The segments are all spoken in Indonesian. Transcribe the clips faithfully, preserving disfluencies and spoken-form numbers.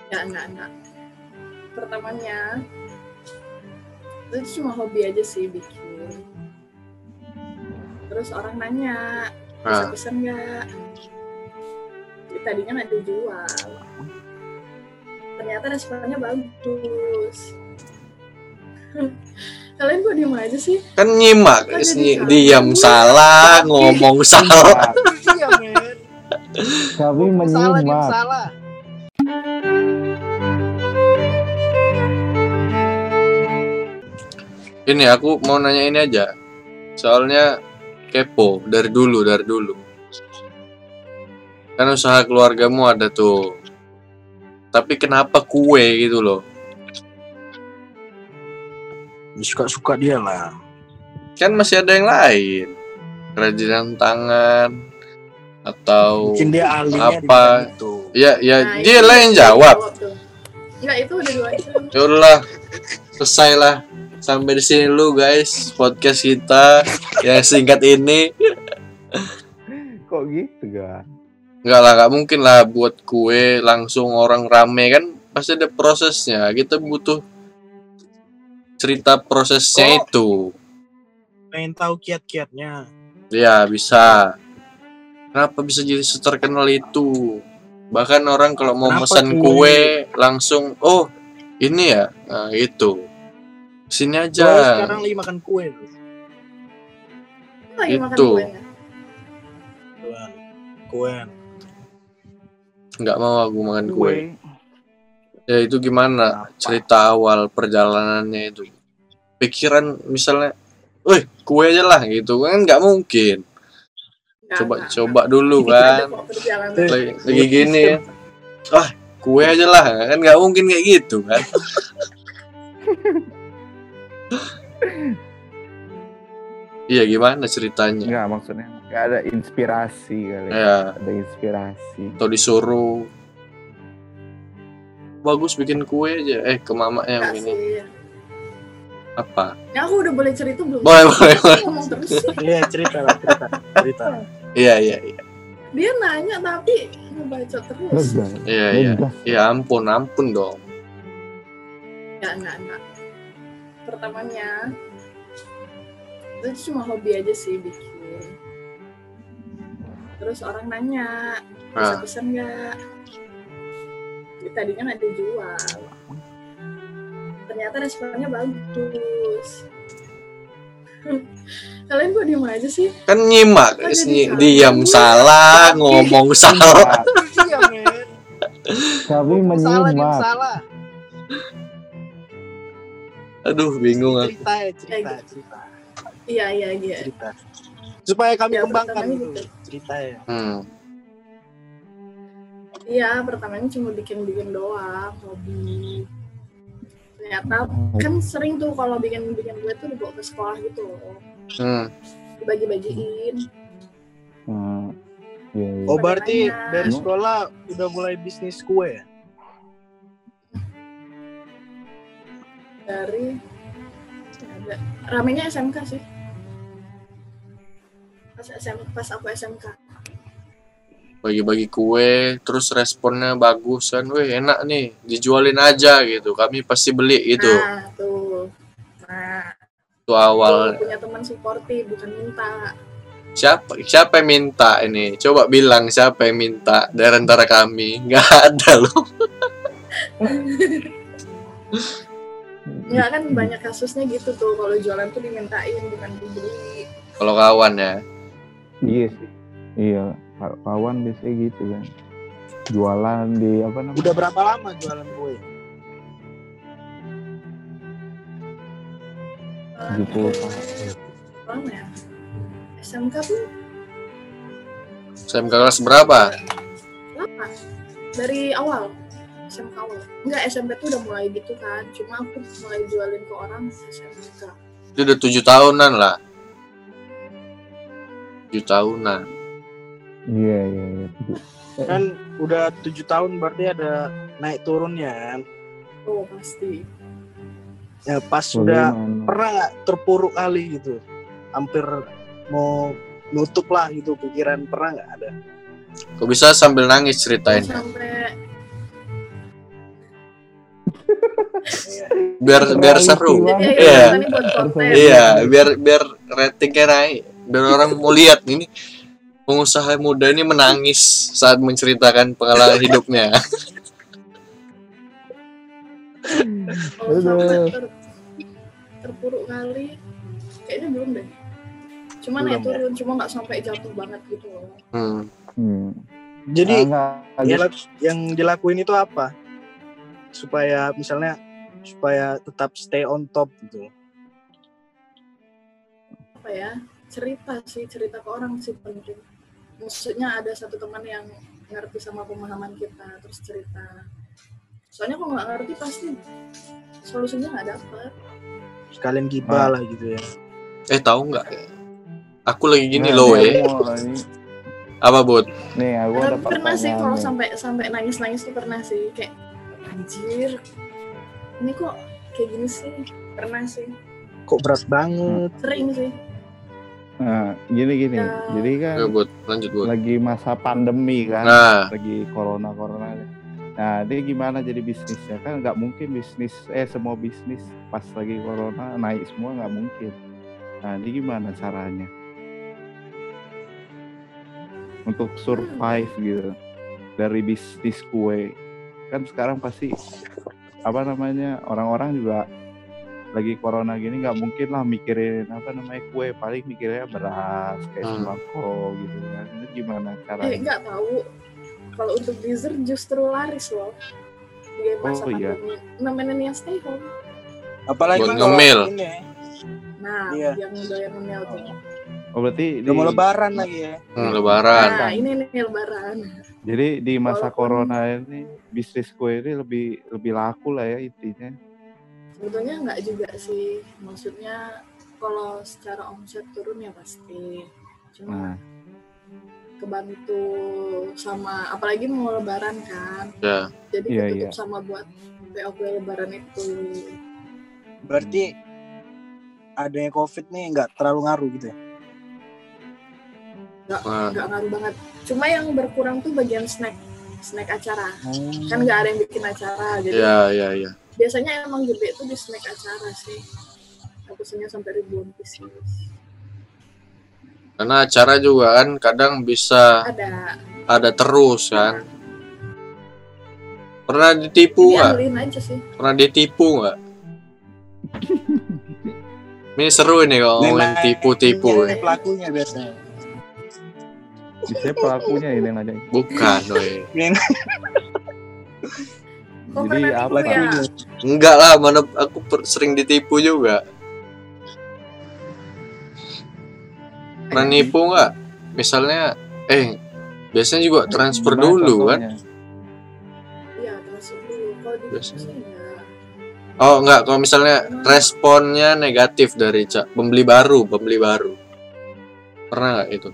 Ya enggak enggak. Pertamanya itu cuma hobi aja sih bikin. Terus orang nanya, bisa Nah. pesen nggak? Jadi tadinya nggak dijual. Ternyata responnya bagus. Kalian kok diem aja sih? Kan nyimak, Kok jadi Ny- salah? diam salah, ngomong salah. Iya men. Kami Ngomong salah diem menyimak. salah. Ini aku mau nanya ini aja. Soalnya kepo dari dulu, dari dulu. Kan usaha keluargamu ada tuh. Tapi kenapa kue gitu loh? Suka-suka dia lah. Kan masih ada yang lain. Kerajinan tangan atau Mungkin dia ahlinya di apa? bidang itu. Ya, ya Nah, dia itu lah yang udah jawab. tuh. Enggak, itu udah dua itu. Ya udahlah, selesai lah. Sampai di sini lu guys podcast kita yang singkat ini. Kok gitu ga? Enggak lah, enggak mungkin lah buat kue langsung orang rame kan, pasti ada prosesnya. Kita butuh cerita prosesnya Kok? itu. Pengen tahu kiat-kiatnya. Ya bisa. Kenapa bisa jadi terkenal itu? Bahkan orang kalau mau Kenapa pesan kue? kue langsung, oh ini ya, nah, itu. Sini Gue aja. sekarang lagi makan kue. Lagi makan Itu. kuenya. Tuan. Kue. Nggak mau aku makan kue. Ya itu gimana Kenapa? cerita awal perjalanannya itu? Pikiran misalnya, wih kue aja lah gitu kan nggak mungkin. Enggak, Coba enggak, coba dulu enggak. Ada kan. kok perjalanan. Lagi, lagi gini ya. Ah kue aja lah kan nggak mungkin kayak gitu kan. Iya gimana ceritanya? Enggak, maksudnya enggak ada inspirasi kali. Ya Ada inspirasi. atau disuruh bagus bikin kue aja eh ke mamanya Enggak begini sih. apa? Ya aku udah boleh cerita belum? Boleh boleh boleh. Ngomong terus. Iya cerita lah cerita. Cerita. Iya iya iya Dia nanya tapi ngebaca terus. Lega. iya iya. Lega. Ya ampun ampun dong. Ya enggak enggak. Pertamanya itu cuma hobi aja sih bikin. Terus orang nanya, bisa Nah. pesen nggak? Jadi tadinya nggak dijual. Ternyata responnya bagus. Kalian kok diem aja sih? Kan nyimak, Kok jadi Ny- salah? diam salah, ngomong salah. Iya men. Kami Ngomong salah diem menyimak. salah. Aduh, bingung aku. Cerita ya cerita cerita. Iya iya iya. cerita supaya kami Ya, kembangkan pertamanya gitu gitu. cerita ya. Hmm. Iya, pertamanya cuma bikin-bikin doang, hobi. Ternyata kan sering tuh kalau bikin-bikin gue tuh dibawa ke sekolah gitu loh. Hmm. Dibagi-bagiin. Hmm. Iya, iya. Oh berarti Nanya. dari sekolah udah mulai bisnis kue ya? Dari ada ramenya S M K sih. Pas S M pas aku S M K. Bagi-bagi kue, terus responnya bagus kan, weh enak nih, dijualin aja gitu. Kami pasti beli gitu. Nah, tuh. Nah, Itu tuh, awal. punya teman suportif bukan minta. Siapa siapa yang minta ini? Coba bilang siapa yang minta dari antara kami. Nggak ada loh. Enggak kan banyak kasusnya gitu tuh kalau jualan tuh dimintain bukan dibeli. Kalau kawan ya. Iya sih. Iya, kawan biasanya gitu kan. Jualan di apa namanya? Udah berapa lama jualan kue? tujuh puluh tahun. Lama ya? S M K tuh S M K kelas berapa? lama. Dari awal. S M K awal. Enggak, S M P tuh udah mulai gitu kan. Cuma aku mulai jualin ke orang S M K. Itu udah tujuh tahunan lah. Tujuh tahunan. Iya, iya, iya. Kan udah tujuh tahun berarti ada naik turunnya kan? Oh, pasti. Ya pas sudah Bagaimana? pernah nggak terpuruk kali gitu? Hampir mau nutup lah gitu pikiran, pernah nggak ada? Kok bisa sambil nangis ceritainnya? Sampai biar biar seru. Reality Jadi banget. Iya. kita nih buat konten. Iya, biar biar ratingnya naik, biar orang mau lihat ini pengusaha muda ini menangis saat menceritakan pengalaman hidupnya. Kalau sampai Aduh. ter, terpuruk kali, kayaknya belum deh. Cuma Belum naik ya? turun, cuma nggak sampai jatuh banget gitu loh. Hmm. Hmm. Jadi Ah, nggak, yang, lak- yang dilakuin itu apa? Supaya misalnya supaya tetap stay on top gitu. Apa ya? Cerita sih, cerita ke orang sih penting. Maksudnya ada satu teman yang ngerti sama pemahaman kita, terus cerita. Soalnya kalau nggak ngerti pasti solusinya nggak dapet. Sekalian gibah Ah. lah gitu ya. Eh tahu nggak? Aku lagi gini Nah, loh, nih, eh. aku mau- ini- Apa bud? Nih, aku ada Tapi pernah sih pertanyaan kalau nih. sampai sampai nangis nangis tuh pernah sih kayak anjir, ini kok kayak gini sih, pernah sih, Kok berat banget. sering sih. Nah, gini-gini. Ya. Jadi kan Ya bud, lanjut bud. lagi masa pandemi kan, Nah, lagi corona-corona. Nah, dia gimana jadi bisnisnya? Kan nggak mungkin bisnis, eh semua bisnis pas lagi corona naik semua, nggak mungkin. Nah, ini gimana caranya untuk survive gitu dari bisnis kue? Kan sekarang pasti apa namanya, orang-orang juga lagi corona gini nggak mungkin lah mikirin apa namanya kue, paling mikirnya beras kayak Hmm. sembako gitu kan. Itu gimana Eh caranya? nggak tahu kalau untuk dessert justru laris loh di masa Oh, iya. pandemi. Namanya yang stay home. Apalagi Buat kalau ngemil. ini ya, Nah, Iya. yang doyan ngemil tuh. Oh, berarti di, udah mau lebaran lagi ya. hmm, lebaran. Nah, ini nih lebaran. jadi di masa Walaupun- corona ini bisnis kue ini lebih lebih laku lah ya intinya. Sebetulnya nggak juga sih. Maksudnya kalau secara omset turun ya pasti. Cuma Nah, kebantu sama apalagi mau lebaran kan. Ya. Jadi Iya, ketutup iya. sama buat P O P lebaran itu. Berarti adanya COVID nih nggak terlalu ngaruh gitu ya? Nggak Nah, nggak ngaruh banget. Cuma yang berkurang tuh bagian snack snack acara. Hmm. Kan nggak ada yang bikin acara. Jadi ya, ya, ya. biasanya emang gede tuh di snack acara sih. Pesannya sampai ribuan pieces. Karena acara juga kan kadang bisa Ada. ada terus kan. Pernah ditipu nggak? Diambilin aja sih. Pernah ditipu nggak? Ini seru ini kalau ngomongin Nilai- tipu-tipu. nilai ya. pelakunya biasanya. biasanya pelakunya ini yang nanya. Bukan, woi. Kok Jadi pernah apa? tipu ya? Enggak lah, mana aku per- sering ditipu juga. Pernah nipu nggak? Misalnya, eh, biasanya juga transfer Gimana dulu kan? contohnya? Iya, transfer dulu. Kalau di Biasanya. sih enggak. Oh enggak, kalau misalnya responnya negatif dari ca- pembeli baru, pembeli baru. Pernah nggak itu?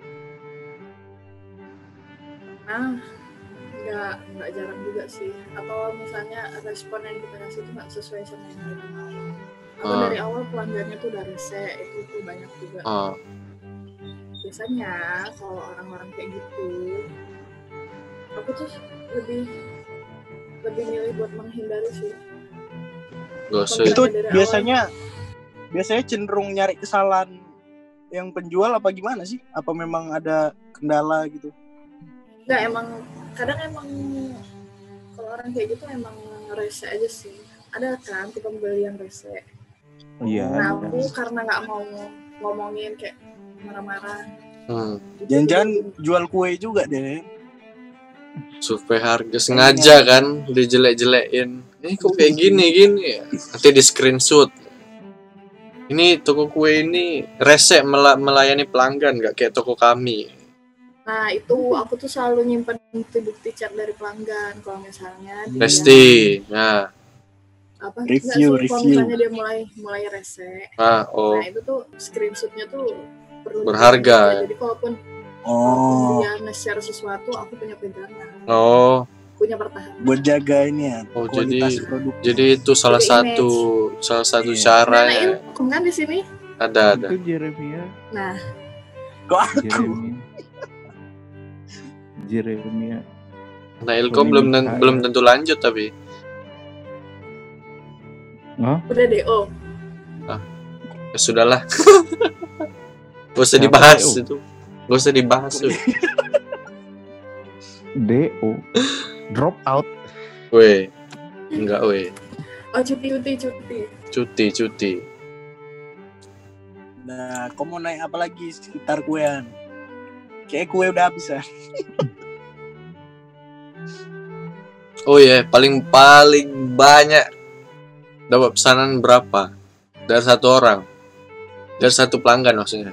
Nah, nggak nggak jarang juga sih. Atau misalnya respon yang kita kasih itu nggak sesuai sama yang kita mau. Atau Ah. dari awal pelanggannya tuh udah rese, itu tuh banyak juga. Oh, Biasanya kalau orang-orang kayak gitu, aku tuh lebih lebih milih buat menghindari sih. gosip. Itu Dari awal. biasanya biasanya cenderung nyari kesalahan yang penjual apa gimana sih? Apa memang ada kendala gitu? Nggak, emang kadang emang kalau orang kayak gitu emang rese aja sih. Ada kan tipe pembeli yang rese. Iya. Nah, ada. aku karena nggak mau ngomongin kayak marah-marah. Hmm, Jangan-jangan jual kue juga deh. survei harga sengaja kan dijelek-jelekin. Ini kok kayak gini gini ya? Nanti di screenshot. Ini toko kue ini rese mela- melayani pelanggan, nggak kayak toko kami. Nah, itu aku tuh selalu nyimpen bukti-bukti chat dari pelanggan. Kalau misalnya dia Pasti. Nah, apa? Review, nggak sih, kalau review. misalnya dia mulai mulai rese. ah, oh, Nah, itu tuh screenshotnya tuh perlu Berharga. dipegang. Jadi kalaupun Oh, dia nge-share sesuatu, aku punya pegangan, oh, punya pertahanan. buat jaga ini ya Oh, kualitas jadi- produk. jadi itu salah Jadi satu salah satu Iya. cara Nah, ya. ilkom kan di sini. Ada ada. Itu Jeremia, Nah, Kok aku? Jeremia, Jeremia. Nah, Ilkom Oh, belum ini ten- bisa, belum ya. tentu lanjut tapi. Hah? Udah D O. Ya sudahlah. Gak usah Kenapa dibahas D O? itu. Gak usah dibahas tuh. D O. Drop out. Weh. Enggak weh. Oh cuti cuti cuti. Cuti, cuti. Nah, kau mau naik apa lagi sekitar kuean? Kayak kue udah habis ya. Oh iya, paling paling banyak dapat pesanan berapa? Dari satu orang. Dari satu pelanggan maksudnya.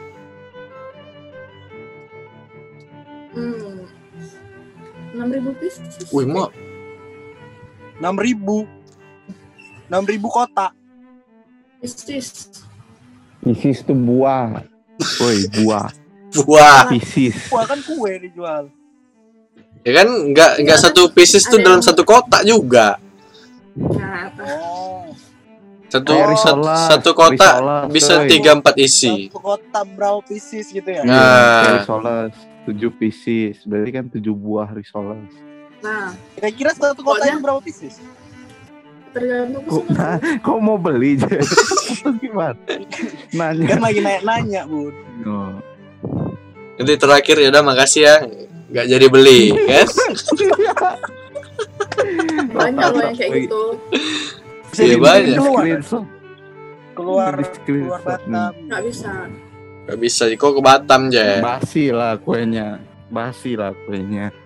Hmm. enam ribu piece. Wih, mak. enam ribu. enam ribu kotak. Piscis. Pisces tuh buah. Woi, buah. Wah, Pisces. Wah, kan kue dijual. ya kan enggak enggak Iya, satu pieces tuh ada dalam yang- satu kotak juga. Nah, apa? Oh. Satu Kayak satu, risoles, satu kotak risoles, bisa coy. tiga empat isi. Satu kotak berapa pieces gitu ya? Nah. Iya, risoles. Tujuh Pisces. Berarti kan tujuh buah risoles. Nah, Kira-kira satu kotak Pokoknya- itu berapa pieces? tergantung Kok, pesanan. nah, kok mau beli? Itu gimana? Nanya. Kan lagi nanya-nanya, Bun. Oh. Nanti terakhir ya udah makasih ya. Enggak jadi beli, kan? Banyak loh yang kayak gitu. Bisa Iya, dibikin banyak. keluar, Screenshot. keluar, Di keluar screenshot nih. Batam. Nggak bisa. Enggak bisa, kok ke Batam aja. Basi lah kuenya. Basi lah kuenya.